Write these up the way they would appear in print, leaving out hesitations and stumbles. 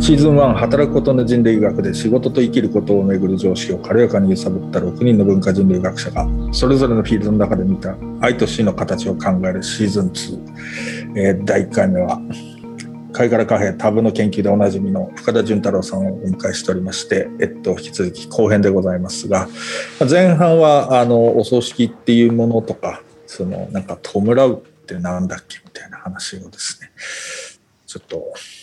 シーズン1、働くことの人類学で仕事と生きることをめぐる常識を軽やかに揺さぶった6人の文化人類学者がそれぞれのフィールドの中で見た愛と死の形を考えるシーズン2、第1回目は貝殻貨幣タブの研究でおなじみの深田純太郎さんをお迎えしておりまして、引き続き後編でございますが、前半はお葬式っていうものとか、なんか弔うってなんだっけみたいな話をですね、ちょっと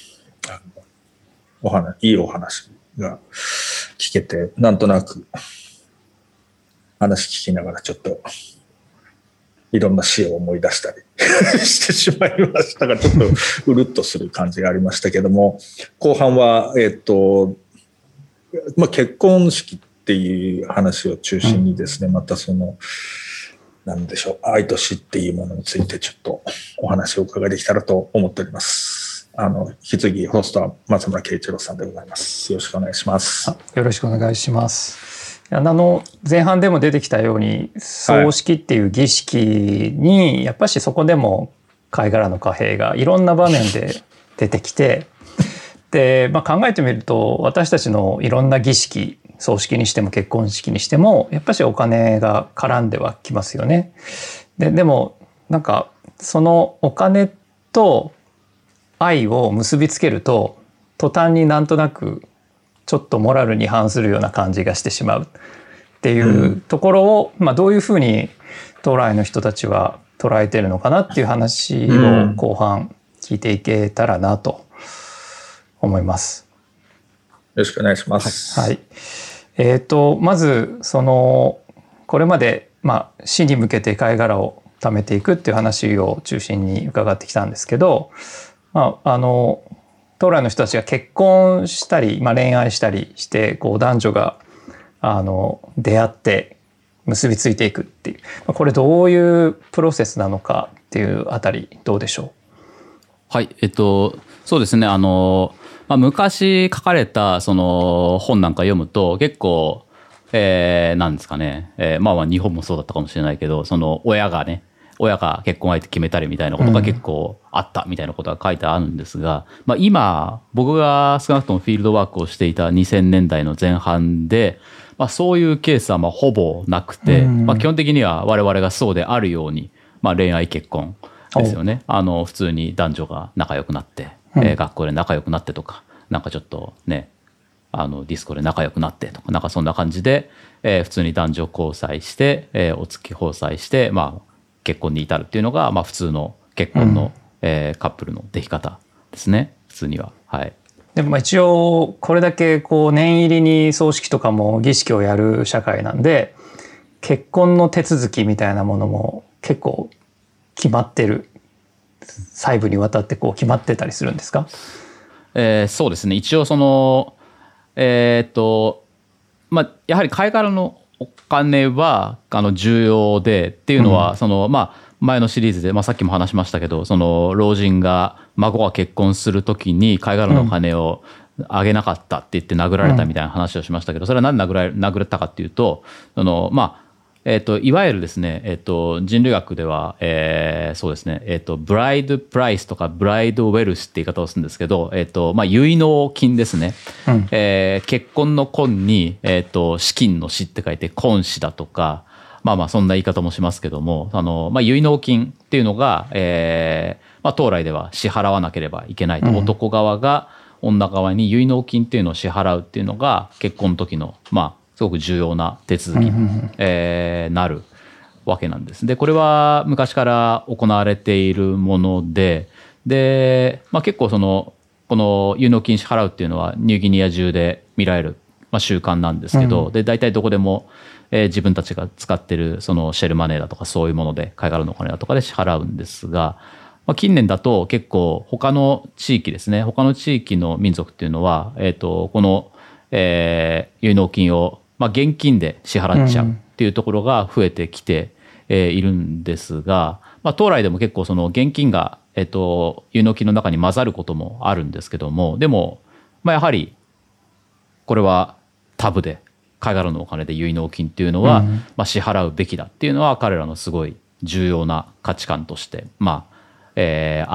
いいお話が聞けて、なんとなく話聞きながらちょっといろんな詩を思い出したりしてしまいましたが、ちょっとうるっとする感じがありましたけども、後半は結婚式っていう話を中心にですね、またなんでしょう、愛と死っていうものについてちょっとお話をお伺いできたらと思っております。引き継ぎホストは松村圭一郎さんでございます。よろしくお願いします。 よろしくお願いします。前半でも出てきたように葬式っていう儀式にやっぱしそこでも貝殻の貨幣がいろんな場面で出てきて、で、考えてみると私たちのいろんな儀式、葬式にしても結婚式にしてもやっぱしお金が絡んではきますよね。でもなんかそのお金と愛を結びつけると途端になんとなくちょっとモラルに反するような感じがしてしまうっていうところを、どういうふうに当来の人たちは捉えてるのかなっていう話を後半聞いていけたらなと思います。 よろしくお願いします。 はい。まずこれまで死に向けて貝殻を貯めていくっていう話を中心に伺ってきたんですけど、当来の人たちが結婚したり、恋愛したりして男女が出会って結びついていくっていう、これどういうプロセスなのかっていうあたりどうでしょう。 はい、そうですね、昔書かれた本なんか読むと結構、なんですかね、日本もそうだったかもしれないけど、親が結婚相手決めたりみたいなことが結構あったみたいなことが書いてあるんですが、今僕が少なくともフィールドワークをしていた2000年代の前半で、そういうケースはほぼなくて、基本的には我々がそうであるように、恋愛結婚ですよね。普通に男女が仲良くなって、学校で仲良くなってとか、なんかちょっとね、ディスコで仲良くなってとか、なんかそんな感じで、普通に男女交際して、お付き交際して、結婚に至るっていうのが、普通の結婚の、カップルのでき方ですね、普通には。はい。 でも一応これだけ念入りに葬式とかも儀式をやる社会なんで、結婚の手続きみたいなものも結構決まってる、細部にわたって決まってたりするんですか？ そうですね、一応やはり貝殻のお金は重要でっていうのは、前のシリーズで、さっきも話しましたけど、老人が孫が結婚するときに貝殻のお金をあげなかったって言って殴られたみたいな話をしましたけど、それは何で殴られたかっていうと、いわゆるですね、人類学では、そうですね、ブライドプライスとかブライドウェルスって言い方をするんですけど、結納金ですね。結婚の婚に、資金の資って書いて婚資だとか、そんな言い方もしますけども、結納金っていうのが、当来では支払わなければいけないと、男側が女側に結納金っていうのを支払うっていうのが結婚の時のすごく重要な手続きに、なるわけなんです。でこれは昔から行われているもので、結構この結納金支払うっていうのはニューギニア中で見られる、習慣なんですけど、で大体どこでも、自分たちが使ってるシェルマネーだとかそういうもので貝殻のお金だとかで支払うんですが、近年だと結構他の地域ですね、他の地域の民族っていうのは、この、結納金を現金で支払っちゃうっていうところが増えてきているんですが、当来でも結構現金が、結納金の中に混ざることもあるんですけども、でも、やはりこれはタブで貝殻のお金で結納金っていうのは、支払うべきだっていうのは彼らのすごい重要な価値観として、あっ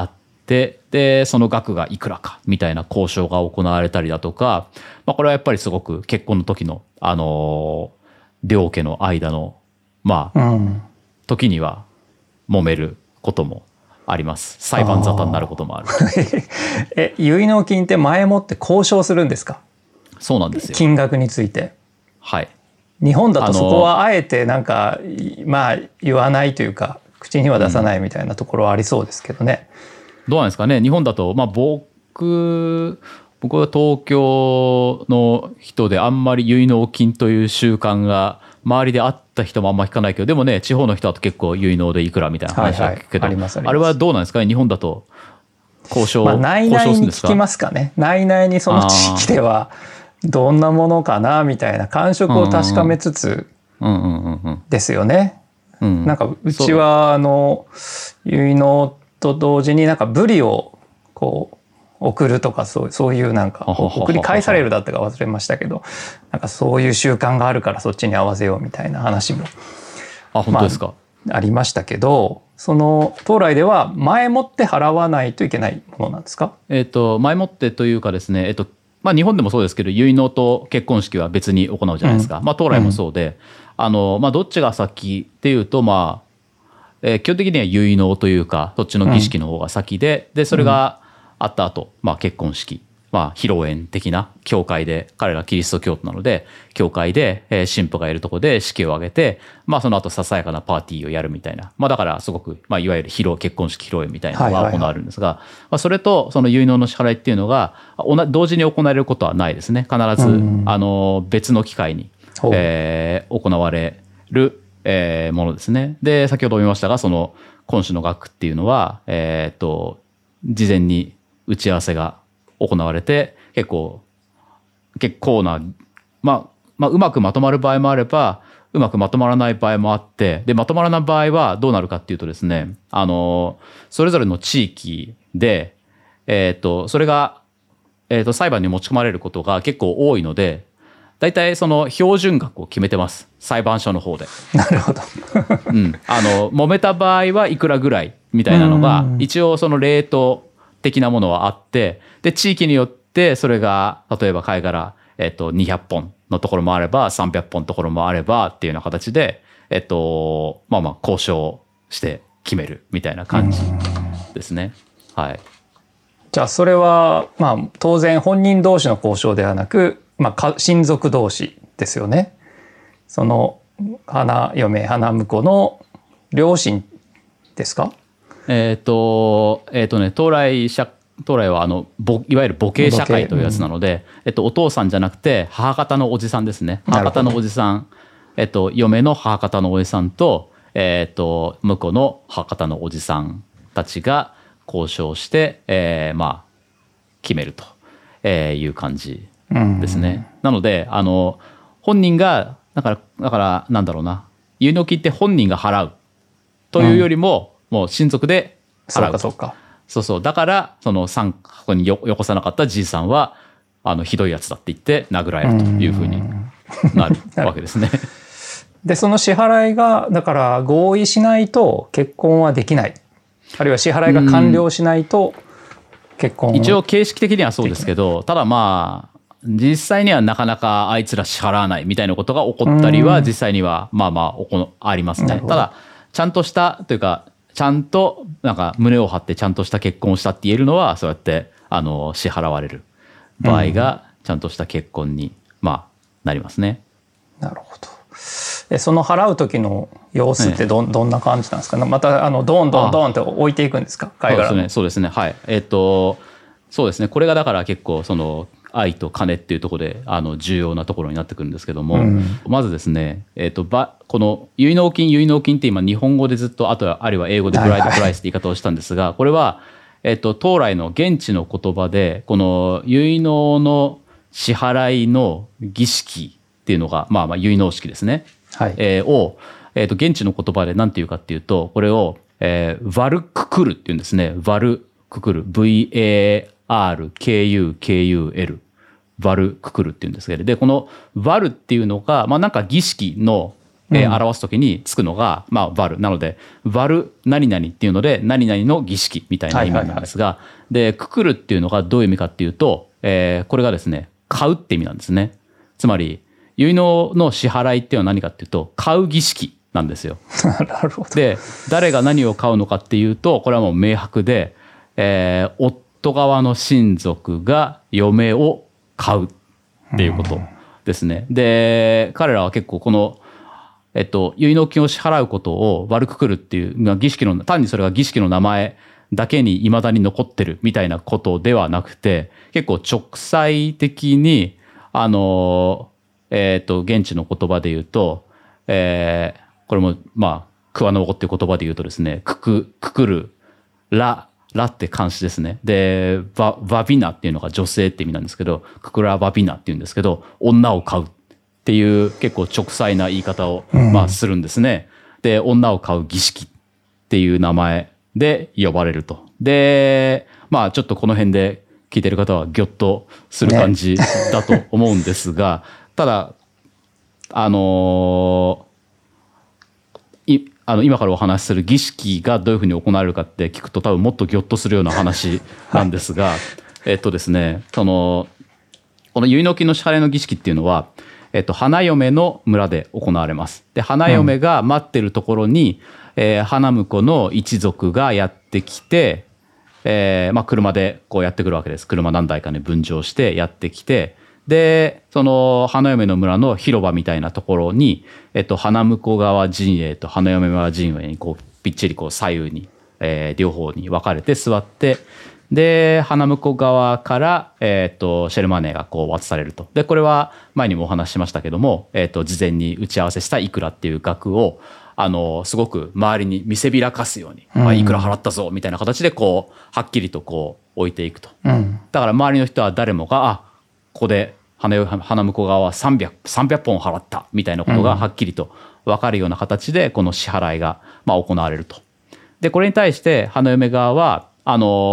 て、でその額がいくらかみたいな交渉が行われたりだとか、まあ、これはやっぱりすごく結婚の時の両家の間のまあ、時には揉めることもあります。裁判沙汰になることもある。 結納金って前もって交渉するんですか？ そうなんですよ。 金額について。 はい。 日本だとそこはあえてなんかまあ言わないというか口には出さないみたいなところはありそうですけどね。 どうなんですかね。日本だとまあ僕は東京の人であんまり結納金という習慣が周りであった人もあんま聞かないけど、でもね地方の人だと結構結納でいくらみたいな話は聞くけど、あれはどうなんですかね。日本だと交渉、まあ、 内々に聞きますかね。内々にその地域ではどんなものかなみたいな感触を確かめつつですよね。なんかうちは結納と同時になんかブリをこう送るとかそういうなんか送り返されるだったか忘れましたけど、なんかそういう習慣があるからそっちに合わせようみたいな話も本当ですか、 ありましたけど、その当来では前もって払わないといけないものなんですか？ 前もってというかですね、まあ、日本でもそうですけど結納と結婚式は別に行うじゃないですか、まあ、当来もそうで、まあ、どっちが先っていうと、まあ基本的には結納というかそっちの儀式の方が先で、それがあった後、まあ結婚式、まあ披露宴的な教会で、彼らキリスト教徒なので教会で神父がいるところで式を挙げて、まあその後ささやかなパーティーをやるみたいな、まあだからすごく、まあ、いわゆる結婚式披露宴みたいなのが行われるんですが、まあ、それとその結納の支払いっていうのが同時に行われることはないですね。必ず別の機会に行われるものですね。で先ほども言いましたが、その婚主の額っていうのは事前に打ち合わせが行われて、結構な、まあうまくまとまる場合もあればうまくまとまらない場合もあって、でまとまらない場合はどうなるかっていうとですね、それぞれの地域でそれが裁判に持ち込まれることが結構多いので、大体その標準額を決めてます、裁判所の方で。 なるほど。 揉めた場合はいくらぐらいみたいなのが一応そのレート的なものはあって、で地域によってそれが例えば貝殻200本のところもあれば300本のところもあればっていうような形でまあ交渉して決めるみたいな感じですね。はい。 じゃあそれはまあ当然本人同士の交渉ではなく、まあ親族同士ですよね。その花嫁花婿の両親ですか？ 当来はいわゆる母系社会というやつなので、お父さんじゃなくて母方のおじさんですね。母方のおじさん、嫁の母方のおじさんと、婿の母方のおじさんたちが交渉して、まあ決めるという感じですね。なので本人がだからなんだろうな、結納金って本人が払うというよりも、もう親族で払うと。そうだからそのここによこさなかったじいさんはひどいやつだって言って殴られるというふうになるわけですね。 でその支払いがだから合意しないと結婚はできない、あるいは支払いが完了しないと結婚一応形式的にはそうですけど、ただまあ実際にはなかなかあいつら支払わないみたいなことが起こったりは実際にはまあありますね。ただちゃんとしたというか、ちゃんとなんか胸を張ってちゃんとした結婚をしたって言えるのは、そうやって支払われる場合がちゃんとした結婚にまあなりますね。 なるほど。その払う時の様子ってどんな感じなんですかね。またドンって置いていくんですか、貝殻。 そうですねはい。そうですね、これがだから結構その愛と金っていうところで重要なところになってくるんですけども、まずですね、この結納金って今日本語でずっとあるいは英語でブライドプライスって言い方をしたんですが、これは当来の現地の言葉でこの結納の支払いの儀式っていうのがまあ結納式ですね、を現地の言葉で何て言うかっていうと、これをワルククルっていうんですね。ワルククル VARKUKUL ワルククルっていうんですけど、でこのワルっていうのがまあなんか儀式の表すときにつくのが、まあ、バルなのでバル何々っていうので何々の儀式みたいな意味なんですが、でくくるっていうのがどういう意味かっていうと、これがですね買うって意味なんですね。つまり結納の支払いっていうのは何かっていうと買う儀式なんですよ。 なるほど。 で誰が何を買うのかっていうとこれはもう明白で、夫側の親族が嫁を買うっていうことですね。で彼らは結構この、結納金を支払うことを悪くくるっていう儀式の単にそれが儀式の名前だけにいまだに残ってるみたいなことではなくて、結構直裁的に現地の言葉で言うと、これもまあ桑の語っていう言葉で言うとですね、くくるラって漢詞ですね。でバビナっていうのが女性って意味なんですけど、ククラバビナっていうんですけど、女を買うっていう結構直裁な言い方をまあするんですね。で女を買う儀式っていう名前で呼ばれると。でまあちょっとこの辺で聞いてる方はギョッとする感じだと思うんですが、ただ今からお話しする儀式がどういうふうに行われるかって聞くと多分もっとギョッとするような話なんですが、ですね、この結納金の支払いの儀式っていうのは、花嫁の村で行われます。で花嫁が待ってるところに、花婿の一族がやってきて、まあ、車でこうやってくるわけです。車何台かに分乗してやってきて、でその花嫁の村の広場みたいなところに、花婿側陣営と花嫁側陣営にこうぴっちりこう左右に、両方に分かれて座って、で花婿側から、シェルマネーがこう渡されると。でこれは前にもお話ししましたけども、事前に打ち合わせしたいくらっていう額をすごく周りに見せびらかすように、いくら払ったぞみたいな形でこうはっきりとこう置いていくと。だから周りの人は誰もがここで花婿側は300本払ったみたいなことがはっきりと分かるような形でこの支払いがまあ行われると。でこれに対して花嫁側は基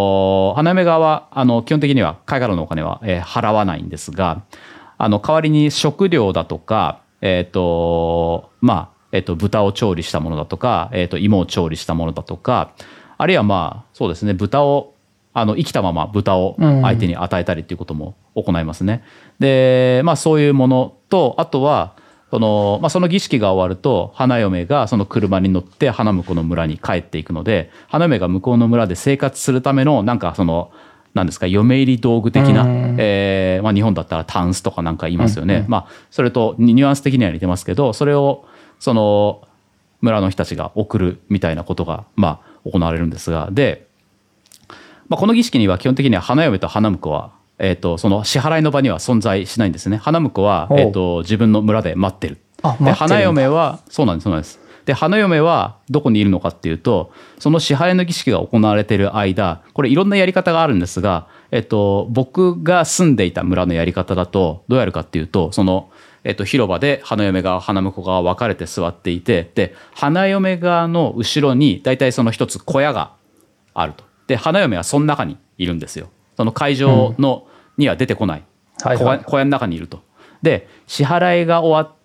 本的には貝殻のお金は払わないんですが、代わりに食料だとかまあ豚を調理したものだとか、芋を調理したものだとか、あるいはまあそうですね、豚を生きたまま豚を相手に与えたりっていうことも行いますね。でまあそういうものと、あとはその儀式が終わると花嫁がその車に乗って花婿の村に帰っていくので、花嫁が向こうの村で生活するためのなんかなんですか、嫁入り道具的な、まあ、日本だったらタンスとかなんか言いますよね。まあそれとニュアンス的には似てますけど、それをその村の人たちが送るみたいなことがまあ行われるんですが、で、まあ、この儀式には基本的には花嫁と花婿は、その支払いの場には存在しないんですね。花婿は、自分の村で待ってる。で花嫁はそうなんです、そうなんです。で花嫁はどこにいるのかっていうと、その支払いの儀式が行われている間、これいろんなやり方があるんですが、僕が住んでいた村のやり方だとどうやるかっていうと、その広場で花嫁側花婿側分かれて座っていて、で花嫁側の後ろに大体その一つ小屋があると。で花嫁はその中にいるんですよ。その会場には出てこない、小屋の中にいると。で支払いが終わって、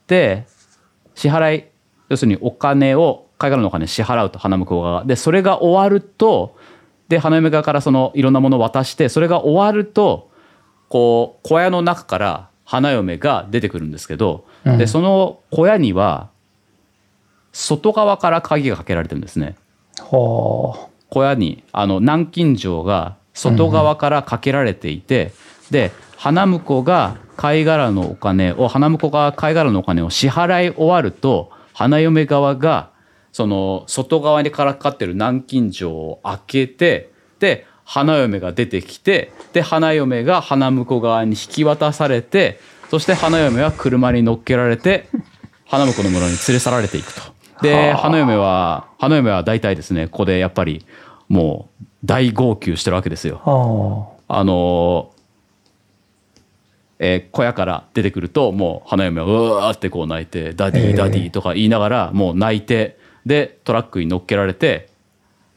要するにお金を貝殻のお金支払うと、花婿側でそれが終わると、で花嫁側からそのいろんなものを渡して、それが終わるとこう小屋の中から花嫁が出てくるんですけど、でその小屋には外側から鍵がかけられてるんですね。小屋に南京錠が外側からかけられていて、で花婿が貝殻のお金を支払い終わると、花嫁側がその外側にからかってる南京錠を開けて、で花嫁が出てきて、で花嫁が花婿側に引き渡されて、そして花嫁は車に乗っけられて花婿の村に連れ去られていくと。で花嫁は大体ですね、ここでやっぱりもう大号泣してるわけですよ。小屋から出てくると、もう花嫁はうわーってこう泣いて、ダディダディとか言いながらもう泣いて、でトラックに乗っけられて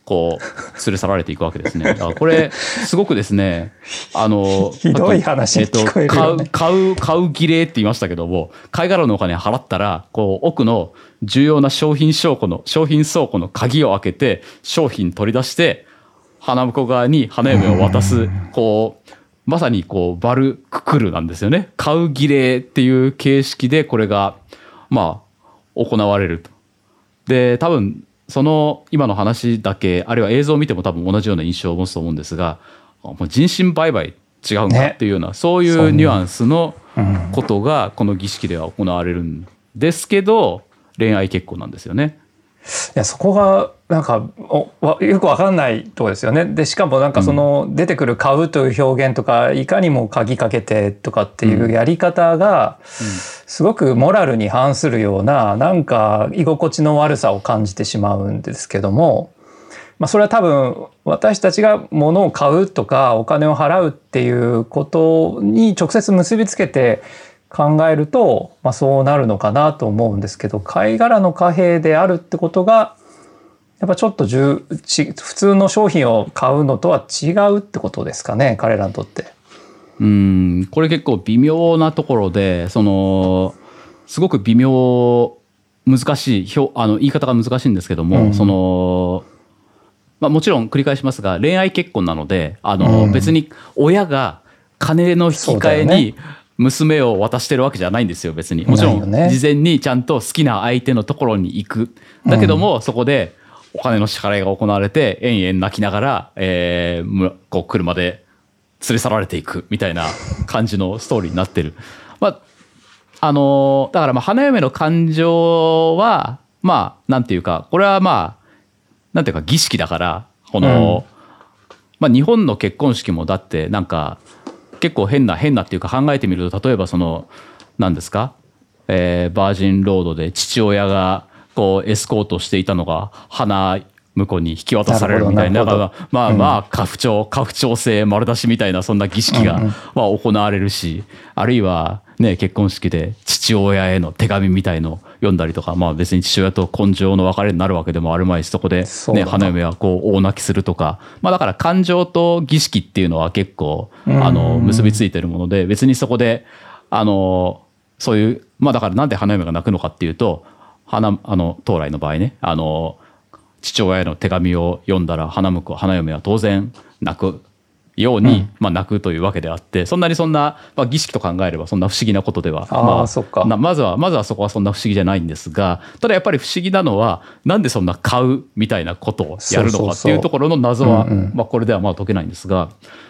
こう連れ去られていくわけですね。だからこれすごくですねひどい話に聞こえるよね。 買う儀礼って言いましたけども、貝殻のお金払ったらこう奥の重要な商品倉庫の鍵を開けて商品取り出して花婿側に花嫁を渡す、こうまさにこうバルククルなんですよね。買う儀礼っていう形式でこれがまあ行われると。で多分その今の話だけあるいは映像を見ても多分同じような印象を持つと思うんですが、もう人身売買違うんだっていうような、そういうニュアンスのことがこの儀式では行われるんですけど、恋愛結婚なんですよね。 いやそこがなんかよくわかんないところですよね。でしかもなんかその出てくる買うという表現とか、いかにも鍵かけてとかっていうやり方がすごくモラルに反するような、なんか居心地の悪さを感じてしまうんですけども、それは多分私たちが物を買うとかお金を払うっていうことに直接結びつけて考えると、そうなるのかなと思うんですけど、貝殻の貨幣であるってことがやっぱちょっと普通の商品を買うのとは違うってことですかね、彼らにとって。 これ結構微妙なところで、すごく微妙難しい言い方が難しいんですけども、もちろん繰り返しますが恋愛結婚なので別に親が金の引き換えに娘を渡してるわけじゃないんですよ。別にもちろん事前にちゃんと好きな相手のところに行く、だけどもそこでお金の支払いが行われて延々泣きながら、こう車で連れ去られていくみたいな感じのストーリーになってる。だから花嫁の感情はなんていうか、これはなんていうか儀式だから、日本の結婚式もだってなんか結構変なっていうか、考えてみると、例えば何ですか、バージンロードで父親がこうエスコートしていたのが花婿に引き渡されるみたいな、家父長制丸出しみたいな、そんな儀式が行われるし、あるいはね、結婚式で父親への手紙みたいのを読んだりとか、別に父親と根性の別れになるわけでもあるまいし、そこで、花嫁はこう大泣きするとか、だから感情と儀式っていうのは結構結びついてるもので、別にそこでそういうだからなんで花嫁が泣くのかっていうと、当来の場合ね、父親への手紙を読んだら花嫁は当然泣くように、泣くというわけであって、そんな儀式と考えればそんな不思議なことではまずはそこはそんな不思議じゃないんですが、ただやっぱり不思議なのは、なんでそんな買うみたいなことをやるのかっていうところの謎はこれでは解けないんですが、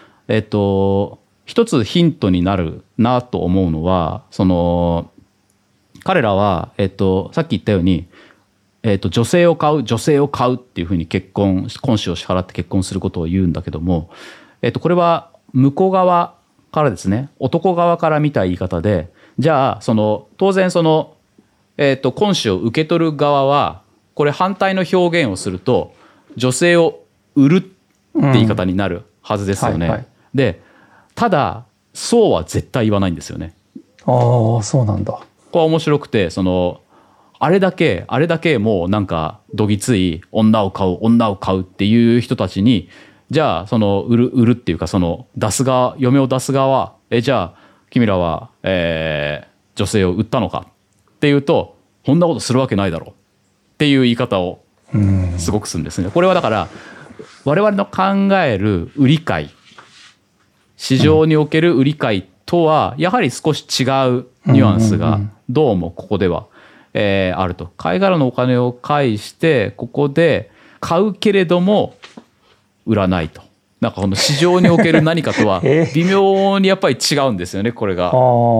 一つヒントになるなと思うのは、彼らは、さっき言ったように、女性を買うっていうふうに婚紙を支払って結婚することを言うんだけども、これは向こう側からですね、男側から見た言い方で、じゃあ当然婚紙を受け取る側はこれ反対の表現をすると女性を売るって言い方になるはずですよね。でただそうは絶対言わないんですよね。 そうなんだ。 これは面白くて、あれだけもうなんかどぎつい女を買うっていう人たちに、じゃあ売るっていうか、嫁を出す側はじゃあ君らは、女性を売ったのかっていうと、こんなことするわけないだろうっていう言い方をすごくするんですね。これはだから我々の考える売り買い、市場における売り買いとはやはり少し違うニュアンスがどうもここではあると。貝殻のお金を介してここで買うけれども売らないと、なんかこの市場における何かとは微妙にやっぱり違うんですよね、これが。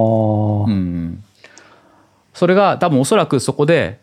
それが多分おそらくそこで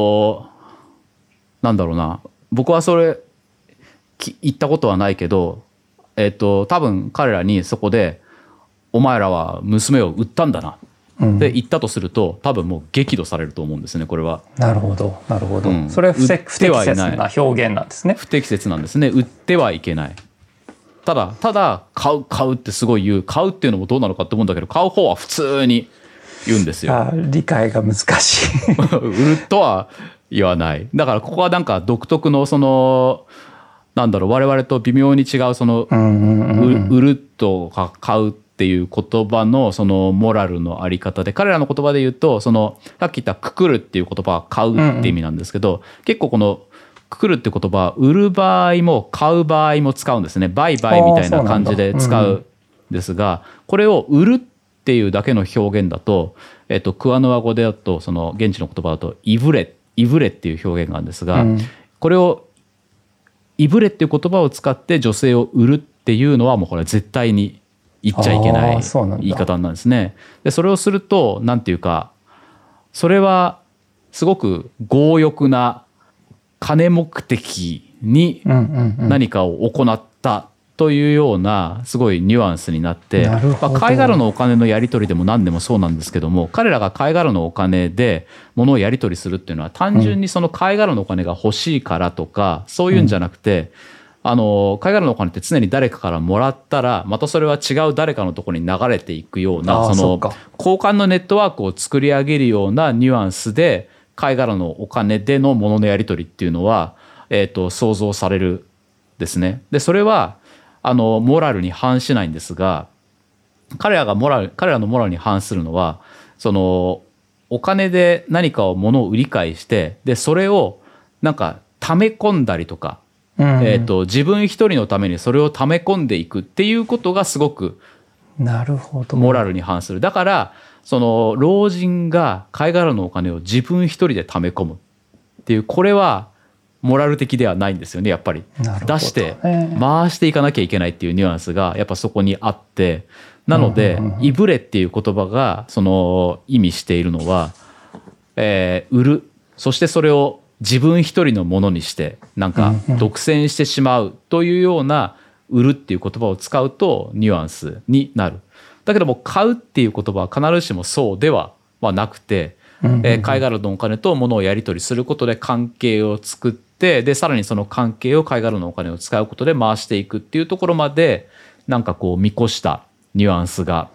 なんだろうな、僕はそれ言ったことはないけど、多分彼らにそこでお前らは娘を売ったんだなで言ったとすると、多分もう激怒されると思うんですね、これは。 なるほど。それは不適切な表現なんですね。 不適切なんですね。売ってはいけない。ただ買うってすごい言う。買うっていうのもどうなのかって思うんだけど、買う方は普通に言うんですよ。 理解が難しい売るとは言わない。だからここはなんか独特のなんだろう、我々と微妙に違うその売るとか買うっていう言葉のそのモラルのあり方で、彼らの言葉で言うとそのさっき言ったくくるっていう言葉は買うって意味なんですけど、結構このくくるって言葉は売る場合も買う場合も使うんですね。売買みたいな感じで使うんですが、これを売るっていうだけの表現だと、クワヌア語でだとその現地の言葉だとイブレっていう表現があるんですが、これをイブレっていう言葉を使って女性を売るっていうのはもうこれは絶対に言っちゃいけない言い方なんですね。でそれをするとなんていうか、それはすごく強欲な金目的に何かを行ったというようなすごいニュアンスになって、貝殻のお金のやり取りでも何でもそうなんですけども、彼らが貝殻のお金で物をやり取りするっていうのは単純にその貝殻のお金が欲しいからとかそういうんじゃなくて、貝殻のお金って常に誰かからもらったらまたそれは違う誰かのところに流れていくような、その交換のネットワークを作り上げるようなニュアンスで貝殻のお金での物のやり取りっていうのは、想像されるですね。でそれはモラルに反しないんですが、彼らのモラルに反するのはそのお金で何かを物を売り買いして、でそれをなんか溜め込んだりとか、自分一人のためにそれを溜め込んでいくっていうことがすごくモラルに反する。だからその老人が貝殻のお金を自分一人で溜め込むっていう、これはモラル的ではないんですよね。やっぱり出して回していかなきゃいけないっていうニュアンスがやっぱそこにあって、なのでイブレっていう言葉がその意味しているのは、売る、そしてそれを自分一人のものにしてなんか独占してしまうというような売るっていう言葉を使うとニュアンスになる。だけども買うっていう言葉は必ずしもそうではなくて、貝殻のお金と物をやり取りすることで関係を作って、でさらにその関係を貝殻のお金を使うことで回していくっていうところまでなんかこう見越したニュアンスが、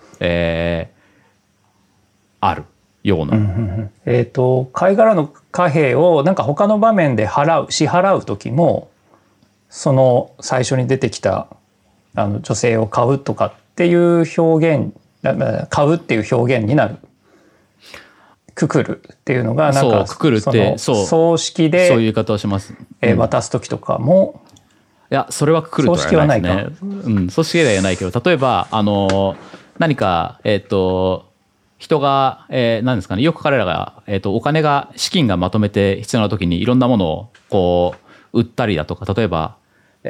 あるような。 貝殻の貨幣をなんか他の場面で支払う時も、その最初に出てきた女性を買うとかっていう表現、買うっていう表現になる。くくるっていうのがなんかくくるって葬式でそういう言い方をします、 渡す時とかも、 いやそれはくくるとは言わないですね。葬式では言えないけど、例えば何か人が、何ですかね、よく彼らが、お金が資金がまとめて必要な時にいろんなものをこう売ったりだとか、例えば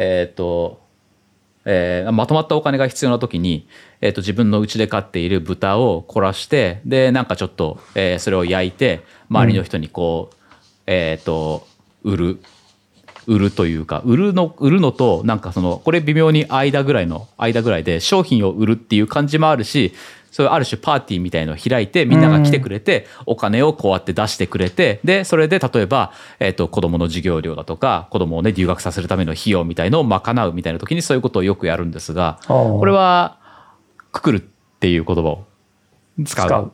まとまったお金が必要な時に、自分の家で飼っている豚を凝らして、でなんかちょっと、それを焼いて周りの人にこう、売るというか、売るのとなんかそのこれ微妙に間ぐらいで商品を売るっていう感じもあるし、そういうある種パーティーみたいのを開いてみんなが来てくれてお金をこうやって出してくれて、でそれで例えば、子どもの授業料だとか子どもをね留学させるための費用みたいのを賄うみたいな時にそういうことをよくやるんですが、これはくくるっていう言葉を使う。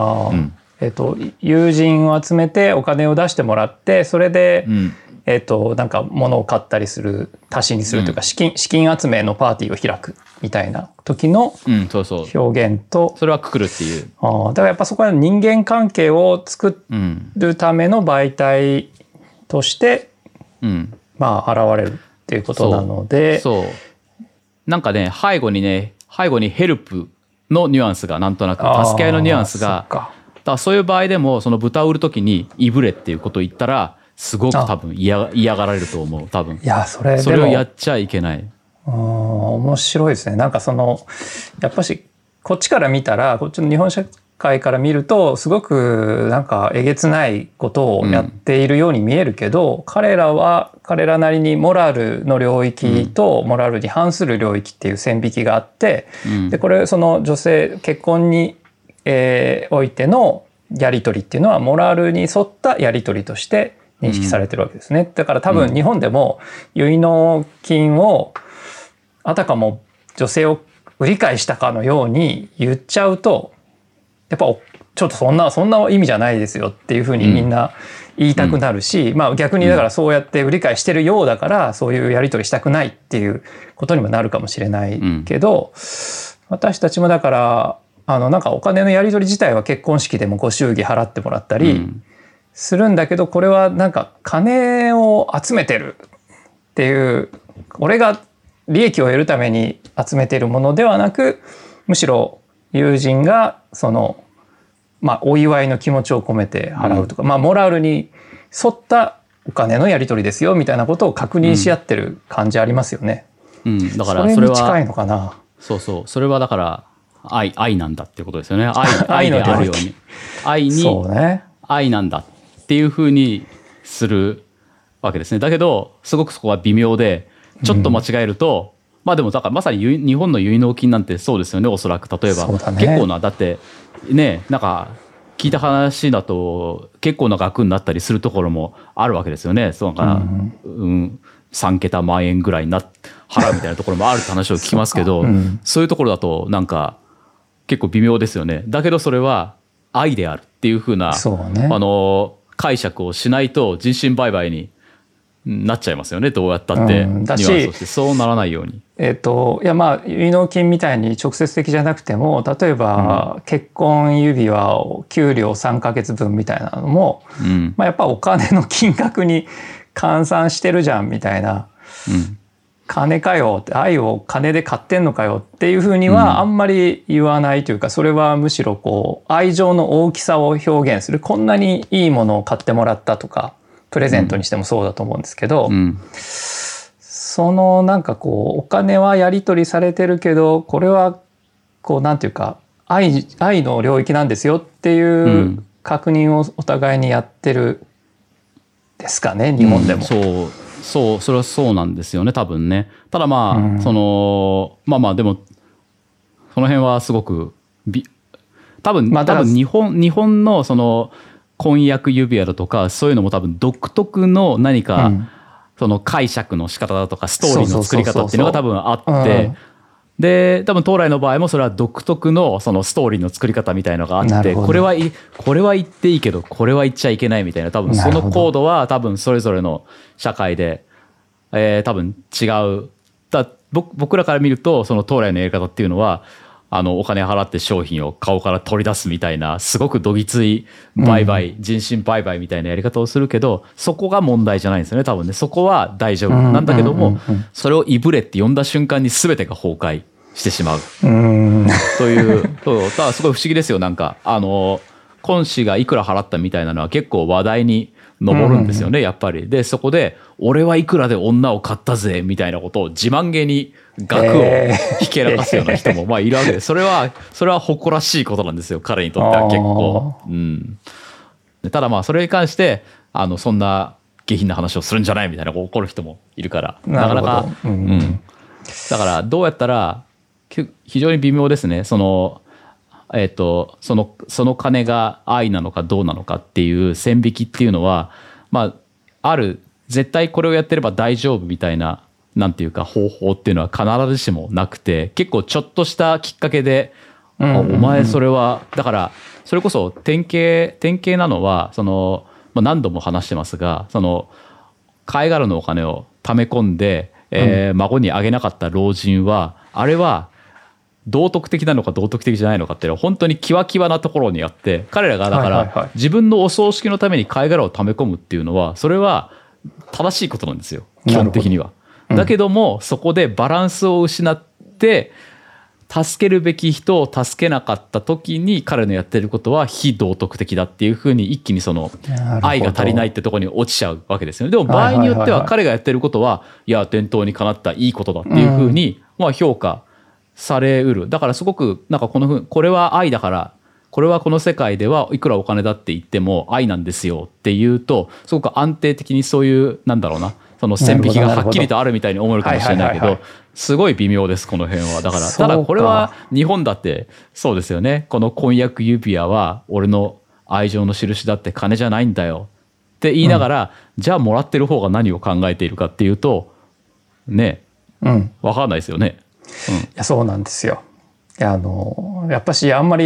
友人を集めてお金を出してもらって、それで、なんか物を買ったりする、足しにするというか、資金集めのパーティーを開くみたいな時の表現と、 それはくくるっていう。 だからやっぱそこは人間関係を作るための媒体として、まあ現れるっていうことなので、 なんかね背後にヘルプのニュアンスがなんとなく助け合いのニュアンスが、だからそういう場合でもその豚を売る時にイブレっていうことを言ったらすごく多分嫌がられると思う。多分いやそれをやっちゃいけない。 面白いですね。なんかそのやっぱしこっちから見たら、こっちの日本社会から見るとすごくなんかえげつないことをやっているように見えるけど、彼らは彼らなりにモラルの領域とモラルに反する領域っていう線引きがあって、でこれその女性結婚に、おいてのやり取りっていうのはモラルに沿ったやり取りとして認識されてるわけですね。だから多分日本でも結納金をあたかも女性を売り買いしたかのように言っちゃうと、やっぱちょっとそんな意味じゃないですよっていうふうにみんな言いたくなるし、まあ逆にだからそうやって理解してるようだからそういうやり取りしたくないっていうことにもなるかもしれないけど、私たちもだからなんかお金のやり取り自体は結婚式でもご祝儀払ってもらったりするんだけど、これはなんか金を集めてるっていう、俺が利益を得るために集めているものではなく、むしろ友人がそのまあお祝いの気持ちを込めて払うとか、まあモラルに沿ったお金のやり取りですよみたいなことを確認し合ってる感じありますよね。 だからそれは近いのかな。 そうそう、それはだから愛なんだっていうことですよね。愛であるように愛なんだっていうふうにするわけですね。だけどすごくそこは微妙で、ちょっと間違えると、まあでもだからまさに日本の結納金なんてそうですよね。おそらく例えば、結構な、だってね、なんか聞いた話だと結構な額になったりするところもあるわけですよね。そうなんか、3桁万円ぐらい払うみたいなところもあるって話を聞きますけど、そういうところだとなんか結構微妙ですよね。だけどそれは愛であるっていう風な、解釈をしないと人身売買になっちゃいますよね。どうやったってニュアンスとしてそうならないように。 いやまあ結納金みたいに直接的じゃなくても、例えば結婚指輪を給料3ヶ月分みたいなのも、まあやっぱお金の金額に換算してるじゃんみたいな、金かよって、愛を金で買ってんのかよっていうふうにはあんまり言わないというか、それはむしろこう愛情の大きさを表現する、こんなにいいものを買ってもらったとか、プレゼントにしてもそうだと思うんですけど、そのなんかこうお金はやり取りされてるけど、これはこうなんていうか愛の領域なんですよっていう確認をお互いにやってるですかね、日本でも。 そうそれはそうなんですよね、多分ね。ただまあ、まあでもその辺はすごく多分日本のその婚約指輪だとかそういうのも多分独特の何か、その解釈の仕方だとかストーリーの作り方っていうのが多分あって、で多分当来の場合もそれは独特のそのストーリーの作り方みたいのがあって、これは言っていいけどこれは言っちゃいけないみたいな、多分そのコードは多分それぞれの社会で、多分違う。僕らから見るとその当来のやり方っていうのはお金払って商品を顔から取り出すみたいなすごくどぎつい売買、人身売買みたいなやり方をするけど、そこが問題じゃないんですよね、多分ね。そこは大丈夫なんだけども、それをイブレって呼んだ瞬間に全てが崩壊してしまうというだからすごい不思議ですよ。なんか今氏がいくら払ったみたいなのは結構話題に上るんですよね、やっぱり。でそこで俺はいくらで女を買ったぜみたいなことを自慢げに額をひけらかすような人もまあいるわけで、それは誇らしいことなんですよ、彼にとっては結構。ただまあそれに関してそんな下品な話をするんじゃないみたいな怒る人もいるから、なかなかだからどうやったら非常に微妙ですね。その金が愛なのかどうなのかっていう線引きっていうのは、まあある絶対これをやってれば大丈夫みたいななんていうか方法っていうのは必ずしもなくて、結構ちょっとしたきっかけで、お前それはだからそれこそ典型なのは何度も話してますが、その貝殻のお金を貯め込んで、孫にあげなかった老人はあれは道徳的なのか道徳的じゃないのかっていうのは本当にキワキワなところにあって、彼らがだから自分のお葬式のために貝殻を貯め込むっていうのはそれは正しいことなんですよ、基本的には。だけどもそこでバランスを失って助けるべき人を助けなかった時に彼のやってることは非道徳的だっていうふうに一気にその愛が足りないってところに落ちちゃうわけですよね。でも場合によっては彼がやってることはいや伝統にかなったいいことだっていうふうにまあ評価されうる。だからすごくなんかこれは愛だからこれはこの世界ではいくらお金だって言っても愛なんですよっていうとすごく安定的にそういうなんだろうなその線引きがはっきりとあるみたいに思えるかもしれないけどすごい微妙ですこの辺は。だからただこれは日本だってそうですよね。この婚約指輪は俺の愛情の印だって金じゃないんだよって言いながら、じゃあもらってる方が何を考えているかっていうとね、分かんないですよね。 いやそうなんですよ。やっぱしあんまり安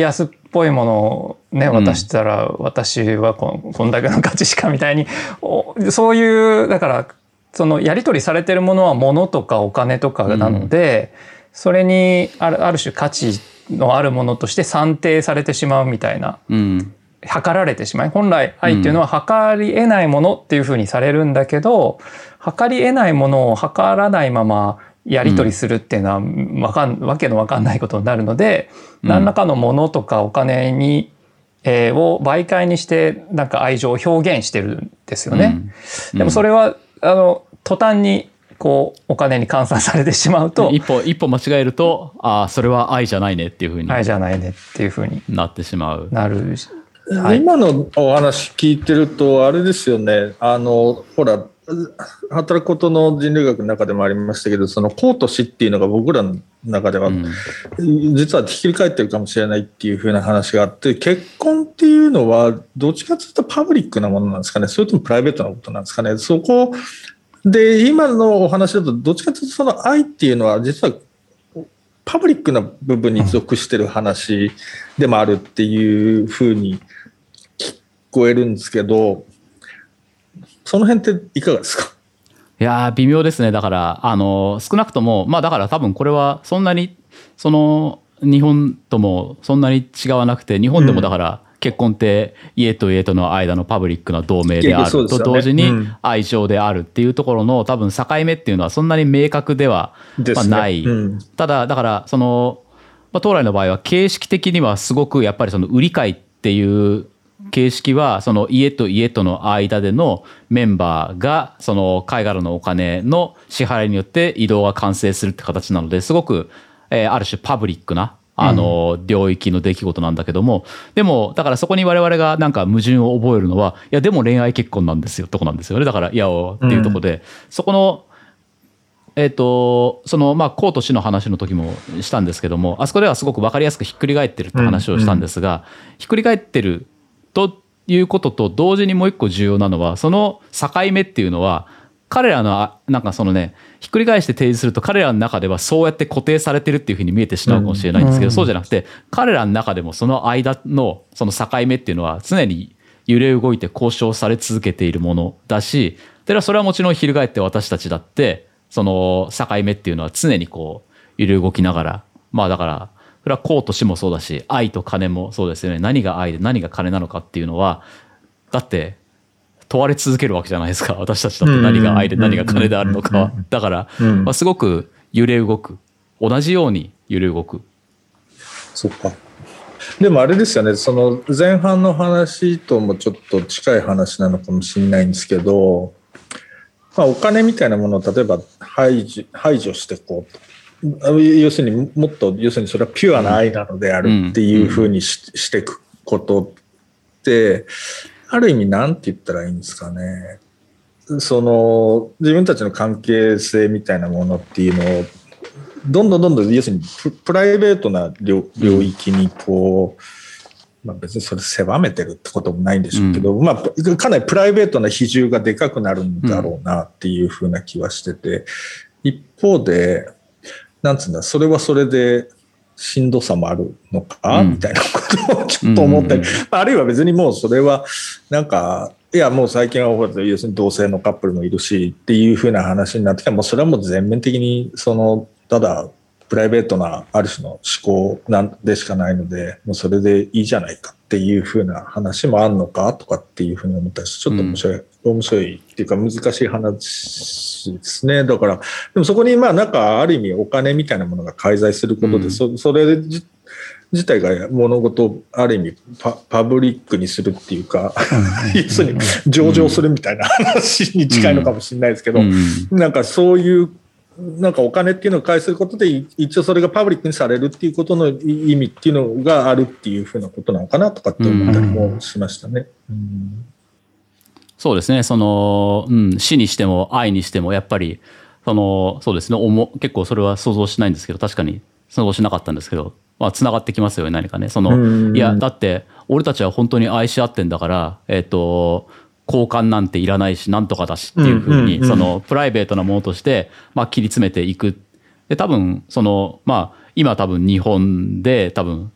ぽいものをね渡したら、私はこんだけの価値しかみたいに、そういうだからそのやり取りされてるものは物とかお金とかなので、それにある種価値のあるものとして算定されてしまうみたいな、測られてしまい、本来愛っていうのは測り得ないものっていうふうにされるんだけど、測り得ないものを測らないままやり取りするっていうのはわけのわかんないことになるので、何らかのものとかお金に、を媒介にしてなんか愛情を表現してるんですよね。でもそれは途端にこうお金に換算されてしまうと、 一歩間違えると、それは愛じゃないねっていうふうに、 愛じゃないねっていうふうになってしまう。 今のお話聞いてるとあれですよね、ほら働くことの人類学の中でもありましたけど、その公と私っていうのが僕らの中では、実はひっくり返ってるかもしれないっていう風な話があって、結婚っていうのはどっちかというとパブリックなものなんですかね、それともプライベートなことなんですかね。そこで今のお話だとどっちかというとその愛っていうのは実はパブリックな部分に属してる話でもあるっていう風に聞こえるんですけど、その辺っていかがですか？ いや微妙ですね。だから少なくともだから多分これはそんなに日本ともそんなに違わなくて、日本でもだから結婚って家と家との間のパブリックな同盟であると同時に愛情であるっていうところの多分境目っていうのはそんなに明確ではない。ただだから当来の場合は形式的にはすごくやっぱり売り買いっていう形式はその家と家との間でのメンバーがその貝殻のお金の支払いによって移動が完成するって形なので、すごくある種パブリックな領域の出来事なんだけども、でもだからそこに我々がなんか矛盾を覚えるのは、いやでも恋愛結婚なんですよとこなんですよね。だからいやっていうとこで、そこの公と私の話の時もしたんですけども、あそこではすごく分かりやすくひっくり返ってるって話をしたんですが、ひっくり返ってるということと同時にもう一個重要なのは、その境目っていうのは彼らのなんかひっくり返して提示すると彼らの中ではそうやって固定されてるっていうふうに見えてしまうかもしれないんですけど、そうじゃなくて彼らの中でもその間のその境目っていうのは常に揺れ動いて交渉され続けているものだし、それはもちろん翻って私たちだってその境目っていうのは常にこう揺れ動きながら、だからそれは公と私もそうだし、愛と金もそうですよね。何が愛で何が金なのかっていうのはだって問われ続けるわけじゃないですか。私たちだって何が愛で何が金であるのかは。だから、すごく揺れ動く、同じように揺れ動く。 そっか。でもあれですよね、その前半の話ともちょっと近い話なのかもしれないんですけど、お金みたいなものを例えば排除してこうと。要するにもっとそれはピュアな愛なのであるっていうふうにしていくことって、ある意味なんて言ったらいいんですかね、その自分たちの関係性みたいなものっていうのをどんどん要するにプライベートな領域にこう、別にそれ狭めてるってこともないんでしょうけど、かなりプライベートな比重がでかくなるんだろうなっていうふうな気はしてて、一方でなんつうんだ、それはそれでしんどさもあるのか、みたいなことをちょっと思ったり、あるいは別にもうそれはなんか、いやもう最近は要するに同性のカップルもいるしっていうふうな話になってきたら、もうそれはもう全面的にただプライベートなある種の思考なんでしかないので、もうそれでいいじゃないかっていうふうな話もあるのかとかっていうふうに思ったし、ちょっと面白いっていうか難しい話ですね。だからでもそこになんかある意味お金みたいなものが介在することで、それ自体が物事をある意味パブリックにするっていうか、要するに上場するみたいな話に近いのかもしれないですけど、なんかそういうなんかお金っていうのを介することで一応それがパブリックにされるっていうことの意味っていうのがあるっていうふうなことなのかなとかって思ったりもしましたね。 そうですね。死にしても愛にしてもやっぱりそうですね。結構それは想像しないんですけど、確かに想像しなかったんですけど、つながってきますよね、何かね。いやだって俺たちは本当に愛し合ってんだから、交換なんていらないしなんとかだしっていうふうにプライベートなものとして切り詰めていく。で多分今多分日本で多分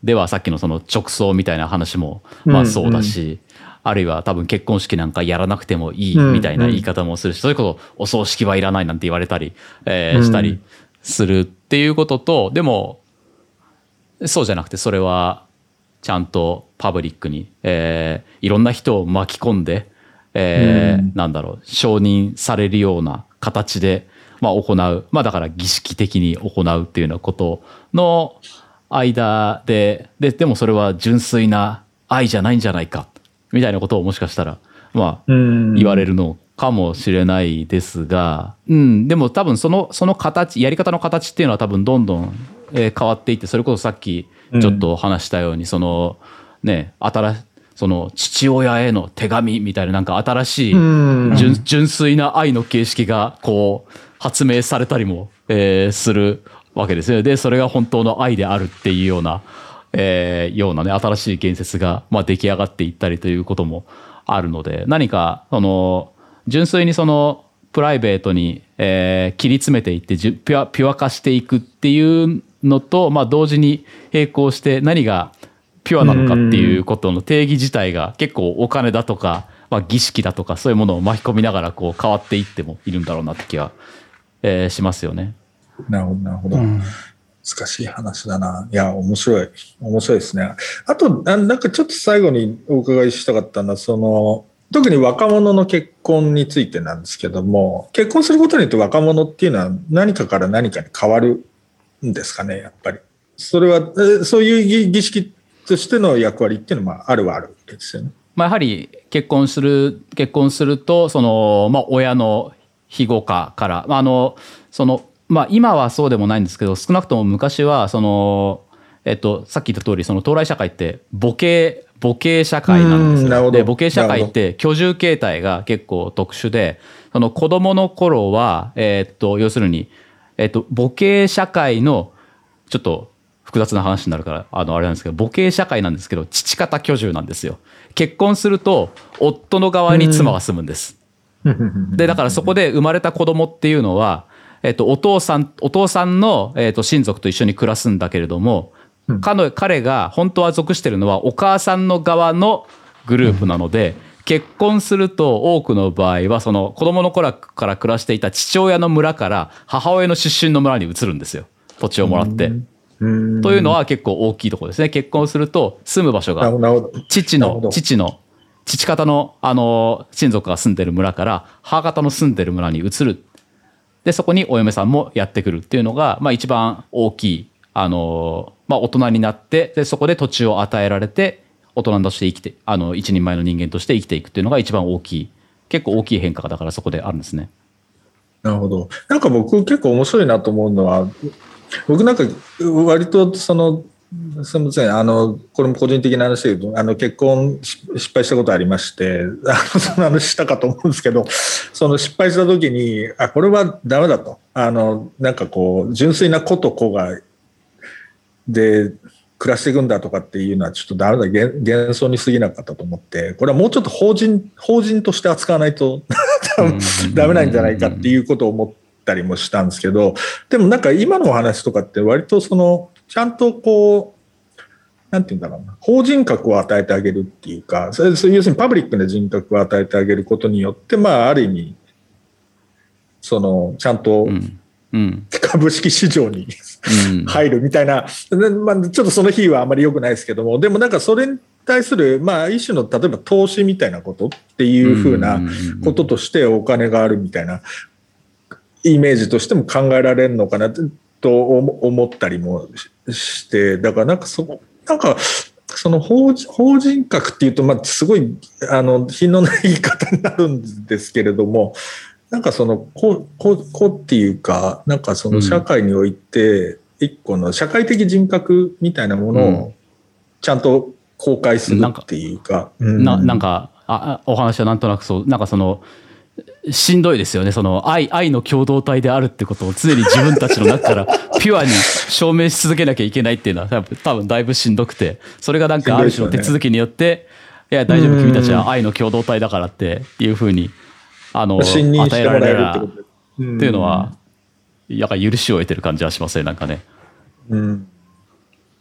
ではさっきのその直葬みたいな話もまあそうだし、あるいは多分結婚式なんかやらなくてもいいみたいな言い方もするし、そういうことお葬式はいらないなんて言われたり、したりするっていうことと、でもそうじゃなくてそれはちゃんとパブリックに、いろんな人を巻き込んで、なんだろう、承認されるような形で、まあ、行う、まあ、だから儀式的に行うっていうようなことの間で、でもそれは純粋な愛じゃないんじゃないかみたいなことをもしかしたら、まあ、言われるのかもしれないですが、でも多分その形、やり方の形っていうのは多分どんどん変わっていって、それこそさっきちょっと話したように、そのね、その父親への手紙みたいな、なんか新しい純粋な愛の形式がこう発明されたりも、するわけですよ。でそれが本当の愛であるっていうような、ね、新しい言説が、まあ、出来上がっていったりということもあるので、何かその純粋にそのプライベートに、切り詰めていってピュア化していくっていうのと、まあ、同時に並行して何がピュアなのかっていうことの定義自体が結構お金だとか、まあ、儀式だとかそういうものを巻き込みながらこう変わっていってもいるんだろうなって気は、しますよね。 なるほどなるほど、難しい話だな。いや面白いですね。あとなんかちょっと最後にお伺いしたかったのは、その特に若者の結婚についてなんですけども、結婚することによって若者っていうのは何かから何かに変わるんですかね。やっぱりそれはそういう儀式としての役割っていうのもあるはあるわけですよね。 まあ、やはり結婚するとその、まあ、親の庇護下から、まあそのまあ、今はそうでもないんですけど、少なくとも昔はその、さっき言った通りその当来社会って母系社会なんですよ。で母系社会って居住形態が結構特殊で、その子供の頃は、要するに、母系社会のちょっと複雑な話になるからあれなんですけど、母系社会なんですけど父方居住なんですよ。結婚すると夫の側に妻が住むんです。でだからそこで生まれた子供っていうのは、お父さんの、親族と一緒に暮らすんだけれども、彼が本当は属してるのはお母さんの側のグループなので、結婚すると多くの場合はその子供の頃から暮らしていた父親の村から母親の出身の村に移るんですよ、土地をもらって。というのは結構大きいところですね。結婚すると住む場所が父方の親族が住んでる村から母方の住んでる村に移る。でそこにお嫁さんもやってくるっていうのが、まあ、一番大きい、まあ、大人になって、でそこで土地を与えられて大人として生きて一人前の人間として生きていくっていうのが一番大きい、結構大きい変化がだからそこであるんですね。 なるほど。なんか僕結構面白いなと思うのは、僕なんか割とすみません、これも個人的な話で言うと、結婚失敗したことありまして、その話したかと思うんですけど、その失敗した時にこれはダメだと、なんかこう純粋な子と子がで暮らしていくんだとかっていうのはちょっとダメだ、幻想に過ぎなかったと思って、これはもうちょっと法人として扱わないとダメなんじゃないかっていうことを思ったりもしたんですけど、でもなんか今のお話とかって割とそのちゃんとこうなんていうんだろうな、法人格を与えてあげるっていうか、要するにパブリックな人格を与えてあげることによって、まあある意味そのちゃんと株式市場に入るみたいな、まあ、ちょっとその日はあまり良くないですけども、でもなんかそれに対する、まあ、一種の例えば投資みたいなことっていうふうなこととしてお金があるみたいなイメージとしても考えられるのかなと思ったりもして、だからなんかその法人格っていうと、まあすごい品のない言い方になるんですけれども、なんかその子っていうか、なんかその社会において一個の社会的人格みたいなものをちゃんと公開するっていうか、 なんかお話はなんとなくそう、なんかそのしんどいですよね。その愛の共同体であるってことを常に自分たちの中からピュアに証明し続けなきゃいけないっていうのは多分だいぶしんどくて、それがなんかある種の手続きによって、いや大丈夫、君たちは愛の共同体だからっていうふうに信任してもらえるってことっていうのは、やっぱ許しを得てる感じはしますね、なんかね。 面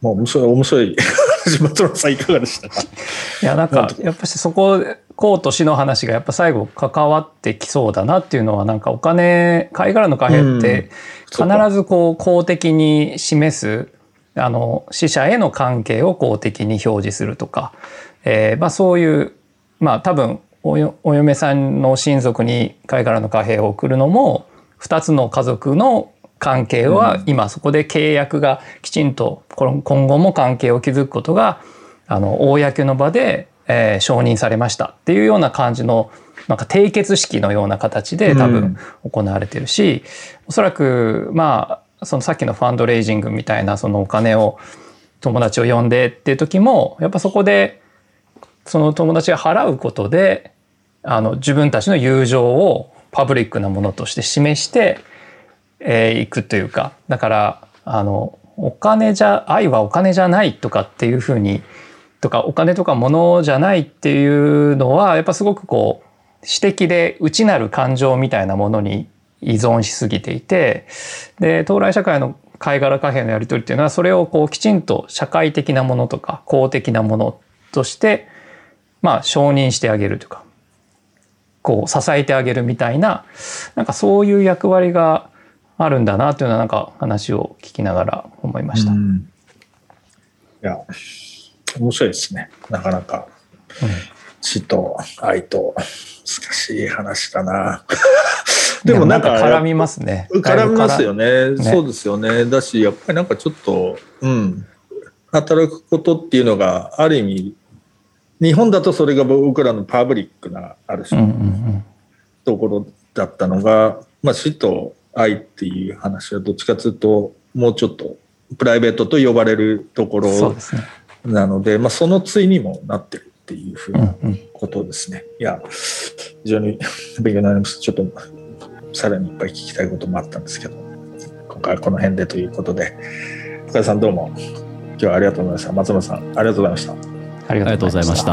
もう面白い松村さんいかがでしたか？ いやなんかやっぱりそこ公と私の話がやっぱ最後関わってきそうだなっていうのは、なんかお金貝殻の貨幣って必ずこう公的に示す死者への関係を公的に表示するとか、そういう多分お嫁さんの親族に貝殻の貨幣を送るのも2つの家族の関係は今そこで契約がきちんと今後も関係を築くことが公の場で承認されましたっていうような感じのなんか締結式のような形で多分行われてるし、おそらくそのさっきのファンドレイジングみたいなそのお金を友達を呼んでっていう時もやっぱそこでその友達が払うことで自分たちの友情をパブリックなものとして示していくというか、だから愛はお金じゃないとかっていうふうにとかお金とか物じゃないっていうのはやっぱすごくこう私的で内なる感情みたいなものに依存しすぎていて、で当来社会の貝殻貨幣のやり取りっていうのはそれをこうきちんと社会的なものとか公的なものとして承認してあげるというかこう支えてあげるみたいな、なんかそういう役割があるんだなというのはなんか話を聞きながら思いました。 いや面白いですね。なかなか死と愛と難しい話だな。でもなんか絡みますね。 絡みますよね。そうですよね。だしやっぱりなんかちょっと働くことっていうのがある意味日本だとそれが僕らのパブリックなある種のところだったのが、死と愛っていう話はどっちかというともうちょっとプライベートと呼ばれるところなので、その対にもなってるっていうふうなことですね。いや非常に勉強になります。ちょっとさらにいっぱい聞きたいこともあったんですけど、今回はこの辺でということで、深井さんどうも今日はありがとうございました。松村さんありがとうございました。 ありがとうございました。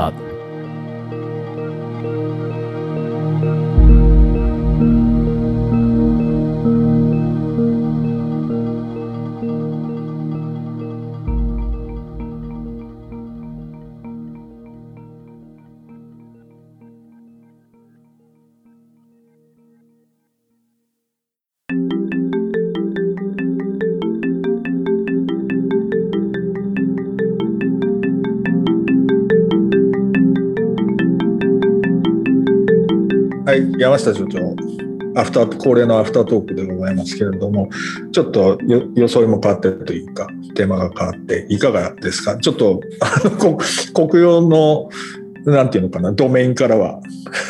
はい、山下所長、恒例のアフタートークでございますけれども、ちょっと装いも変わってるというか、テーマが変わっていかがですか？ちょっと国用のなんていうのかな、ドメインからは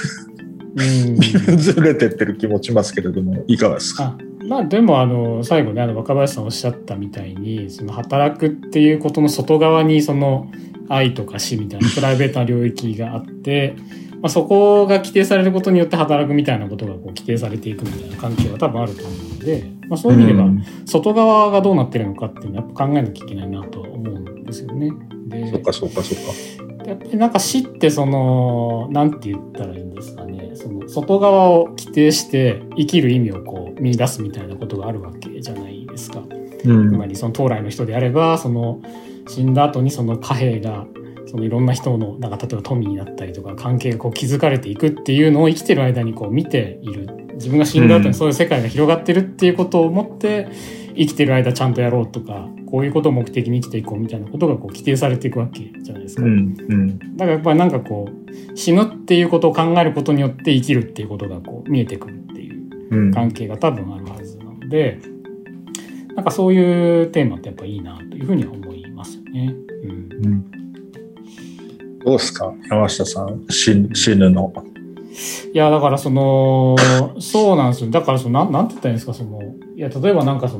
ずれてってる気もしますけれども、いかがですか？ でも最後ね若林さんおっしゃったみたいに、その働くっていうことの外側にその愛とか死みたいなプライベートな領域があってそこが規定されることによって働くみたいなことがこう規定されていくみたいな関係は多分あると思うので、そういう意味では外側がどうなってるのかっていうのはやっぱ考えなきゃいけないなと思うんですよね。でそうかやっぱりなんか死ってそのなんて言ったらいいんですかね、その外側を規定して生きる意味をこう見出すみたいなことがあるわけじゃないですか。つまりその当来の人であればその死んだ後にその貨幣がそのいろんな人のなんか例えば富になったりとか関係がこう築かれていくっていうのを生きてる間にこう見ている、自分が死んだ後にそういう世界が広がってるっていうことを思って生きてる間ちゃんとやろうとか、こういうことを目的に生きていこうみたいなことがこう規定されていくわけじゃないですか。だからやっぱりなんかこう死ぬっていうことを考えることによって生きるっていうことがこう見えてくるっていう関係が多分あるはずなので、なんかそういうテーマってやっぱいいなというふうには思いますよね。 どうですか山下さん、死ぬの。 いやだからそうなんですよ。だからなんて言ったらいいんですか、いや例えばなんか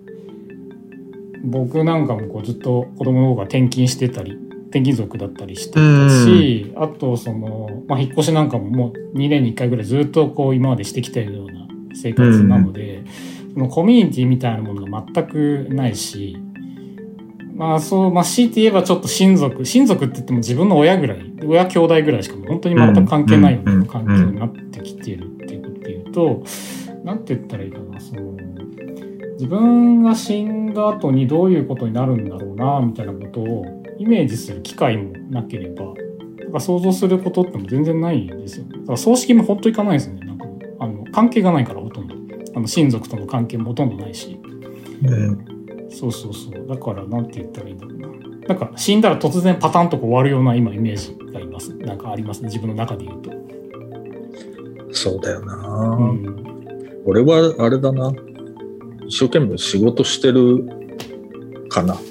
僕なんかもこうずっと子供の方が転勤してたり転勤族だったりしてたし、あと引っ越しなんかももう2年に1回ぐらいずっとこう今までしてきているような生活なので、そのコミュニティみたいなものが全くないし、強いて言えばちょっと親族って言っても自分の親兄弟ぐらいしかも本当に全く関係ないような環境になってきているっていうことで言うと、なんて言ったらいいかな、 自分が死んだ後にどういうことになるんだろうなみたいなことをイメージする機会もなければ、なんか想像することっても全然ないんですよね。だから葬式もほんといかないですね。なんか関係がないから、ほとんど親族との関係もほとんどないし、そうそうそう。だからなんて言ったらいいんだろうな。なんか死んだら突然パタンとこう終わるような今イメージがなんかありますね、自分の中で言うと。 そうだよな、俺はあれだな、一生懸命仕事してるかな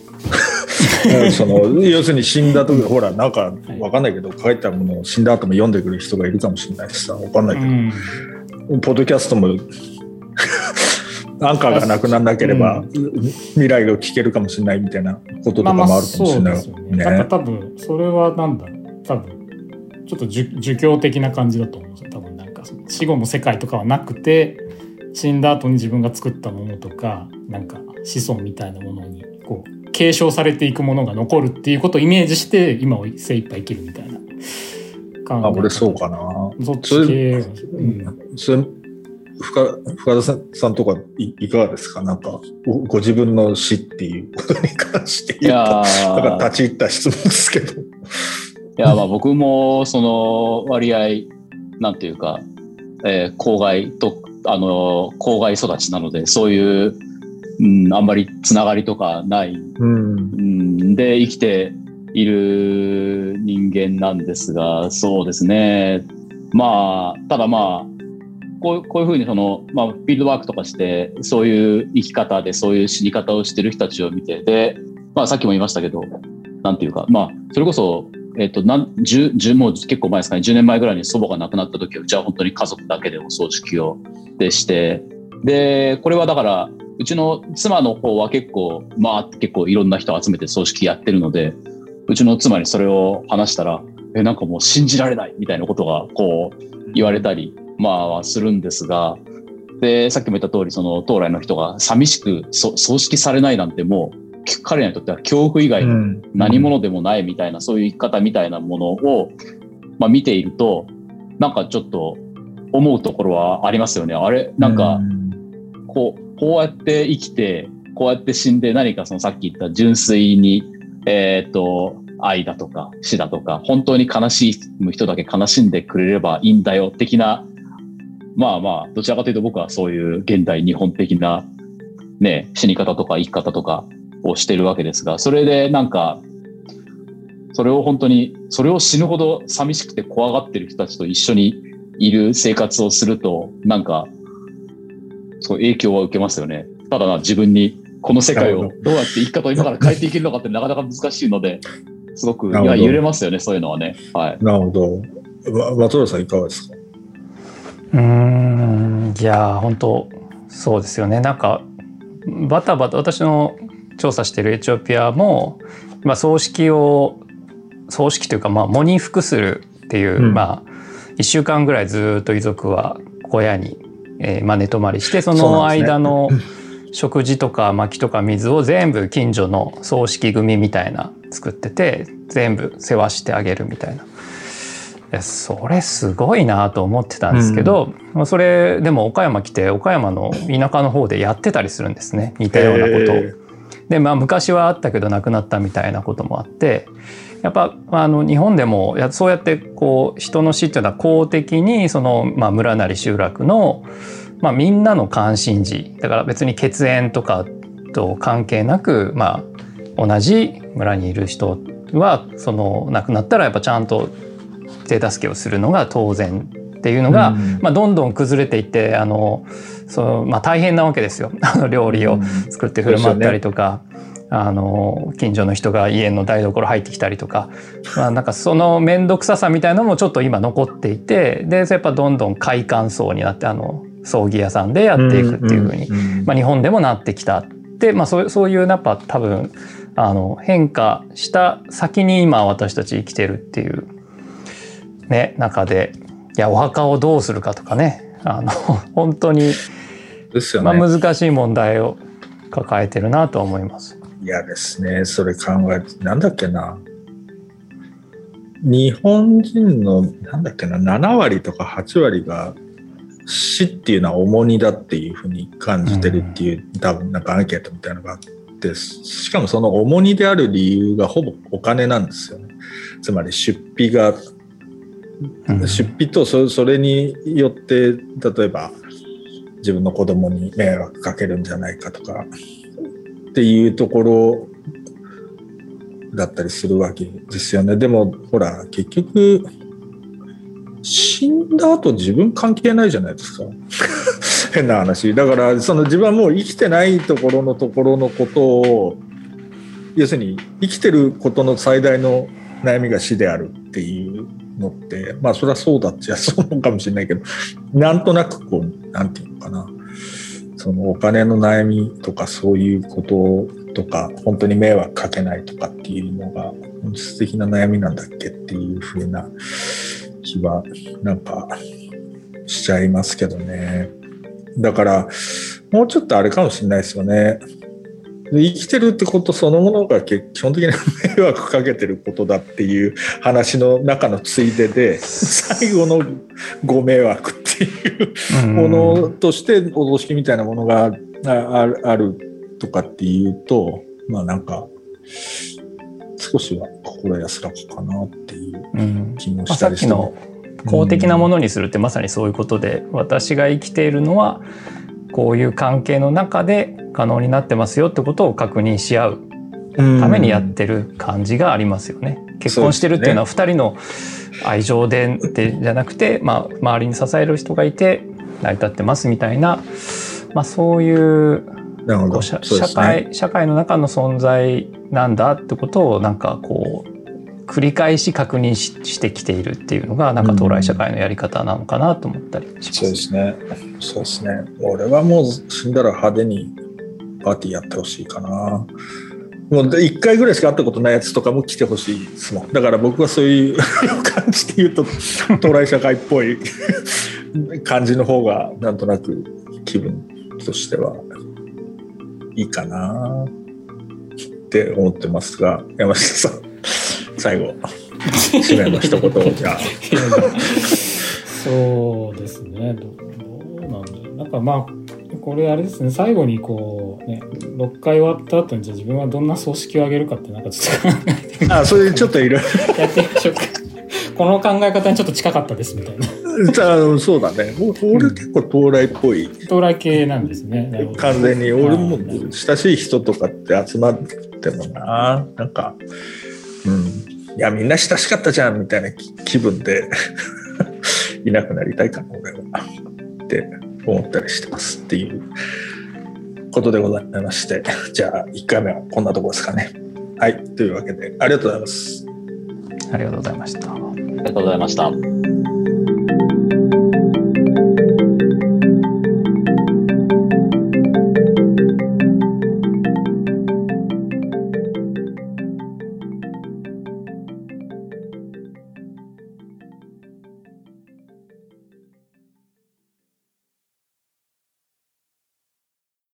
要するに死んだ時、ほらなんか分かんないけど、書いたものを死んだ後も読んでくる人がいるかもしれないしさ、分かんないけど、ポッドキャストもアンカーがなくならなければ、未来が聞けるかもしれないみたいなこととかもあるかもしれない。 だから多分それはなんだろう、多分ちょっと儒教的な感じだと思うんですよ。多分なんか死後の世界とかはなくて、死んだ後に自分が作ったものとか、なんか子孫みたいなものにこう継承されていくものが残るっていうことをイメージして今を精一杯生きるみたいな感じ。 俺そうかな。 そっち系、 それ深田さんとかいかがですか？なんかご自分の死っていうことに関して言うと、だから立ち入った質問ですけど。 いや、まあ僕もその割合なんていうか、郊外育ちなので、そういう、あんまりつながりとかない、で生きている人間なんですが、そうですね。まあただまあこういうふうにフィールドワークとかしてそういう生き方でそういう死に方をしてる人たちを見て、で、さっきも言いましたけど、なんていうか、それこそもう結構前ですかね、10年前ぐらいに祖母が亡くなった時は、うちは本当に家族だけでお葬式をして、でこれはだからうちの妻の方は結構いろんな人集めて葬式やってるので、うちの妻にそれを話したら、なんかもう信じられないみたいなことがこう言われたりするんですが、でさっきも言った通り、その当来の人が寂しく葬式されないなんて、もう彼らにとっては恐怖以外の何者でもないみたいな、そういう生き方みたいなものを、見ていると、なんかちょっと思うところはありますよね。あれなんかこうやって生きて、こうやって死んで、何かそのさっき言った純粋に愛だとか死だとか、本当に悲しむ人だけ悲しんでくれればいいんだよ的な、どちらかというと僕はそういう現代日本的なね、死に方とか生き方とかをしてるわけですが、それでなんかそれを死ぬほど寂しくて怖がってる人たちと一緒にいる生活をすると、なんかそう影響は受けますよね。ただ自分にこの世界をどうやって生き方を今から変えていけるのかってなかなか難しいので、すごく揺れますよね、そういうのはね。はい。 なるほど。松浦さんいかがですか？ いや本当そうですよね。なんかバタバタ、私の調査しているエチオピアも、葬式というか喪に服するっていう、1週間ぐらいずっと遺族は小屋に、寝泊まりして、その間の食事とか薪とか水を全部近所の葬式組みたいな作ってて、全部世話してあげるみたいな。それすごいなと思ってたんですけど、それでも岡山来て、岡山の田舎の方でやってたりするんですね、似たようなことを。で昔はあったけどなくなったみたいなこともあって、やっぱ日本でもそうやってこう人の死っていうのは公的にその、村なり集落の、みんなの関心事だから、別に血縁とかと関係なく、同じ村にいる人はその亡くなったらやっぱちゃんと手助けをするのが当然っていうのが、どんどん崩れていって、大変なわけですよ。料理を作って振る舞ったりとか、近所の人が家の台所入ってきたりとか、なんかその面倒くささみたいなのもちょっと今残っていて、でやっぱどんどん快感葬になって、葬儀屋さんでやっていくっていう風に、日本でもなってきたって、そういうやっぱ多分変化した先に今私たち生きてるっていうね、中で、お墓をどうするかとかね、本当にですよね、 難しい問題を抱えてるなと思います。 嫌ですね、それ考えて。なんだっけな、日本人の7割とか8割が死っていうのは重荷だっていうふうに感じてるっていう、多分なんかアンケートみたいなのがあって、しかもその重荷である理由がほぼお金なんですよね。つまり出費とそれによって例えば自分の子供に迷惑かけるんじゃないかとかっていうところだったりするわけですよね。でもほら結局死んだ後自分関係ないじゃないですか変な話だから、その自分はもう生きてないところのことを、要するに生きてることの最大の悩みが死であるっていうのって、まあそれはそうだっちゃそうかもしれないけど、なんとなくこうなんていうのかな、そのお金の悩みとかそういうこととか、本当に迷惑かけないとかっていうのが本質的な悩みなんだっけっていう風な気はなんかしちゃいますけどね。だからもうちょっとあれかもしれないですよね。生きてるってことそのものが基本的に迷惑かけてることだっていう話の中のついでで、最後のご迷惑っていうものとしてお葬式みたいなものがあるとかっていうと、まあなんか少しは心安らかかなっていう気もしたりして、 さっきの公的なものにするってまさにそういうことで、私が生きているのはこういう関係の中で可能になってますよってことを確認し合うためにやってる感じがありますよね。結婚してるっていうのは2人の愛情でじゃなくて、まあ、周りに支える人がいて成り立ってますみたいな、まあ、そういう社会の中の存在なんだってことをなんかこう繰り返し確認してきているっていうのがなんか到来社会のやり方なのかなと思ったりします。 そうですね。そうですね。俺はもう死んだら派手にパーティーやってほしいかな。もう1回ぐらいしか会ったことないやつとかも来てほしいですもん。だから僕はそういう感じで言うと到来社会っぽい感じの方がなんとなく気分としてはいいかなって思ってますが、山下さん最後締めの一言をじゃあそうですね、どうなんだろう。なんかまあこれあれですね、最後にこうね6回終わった後にじゃあ自分はどんな葬式をあげるかってなんかちょっと考えてそれちょっといるやってみましょうかこの考え方にちょっと近かったですみたいなそうだね。俺結構到来っぽい、 到来系なんですね。 完全に俺も親しい人とかって集まってもなんかいやみんな親しかったじゃんみたいな気分でいなくなりたいかな俺はって思ったりしてますっていうことでございまして、じゃあ1回目はこんなところですかね。はい、というわけでありがとうございます。 ありがとうございました。 ありがとうございました。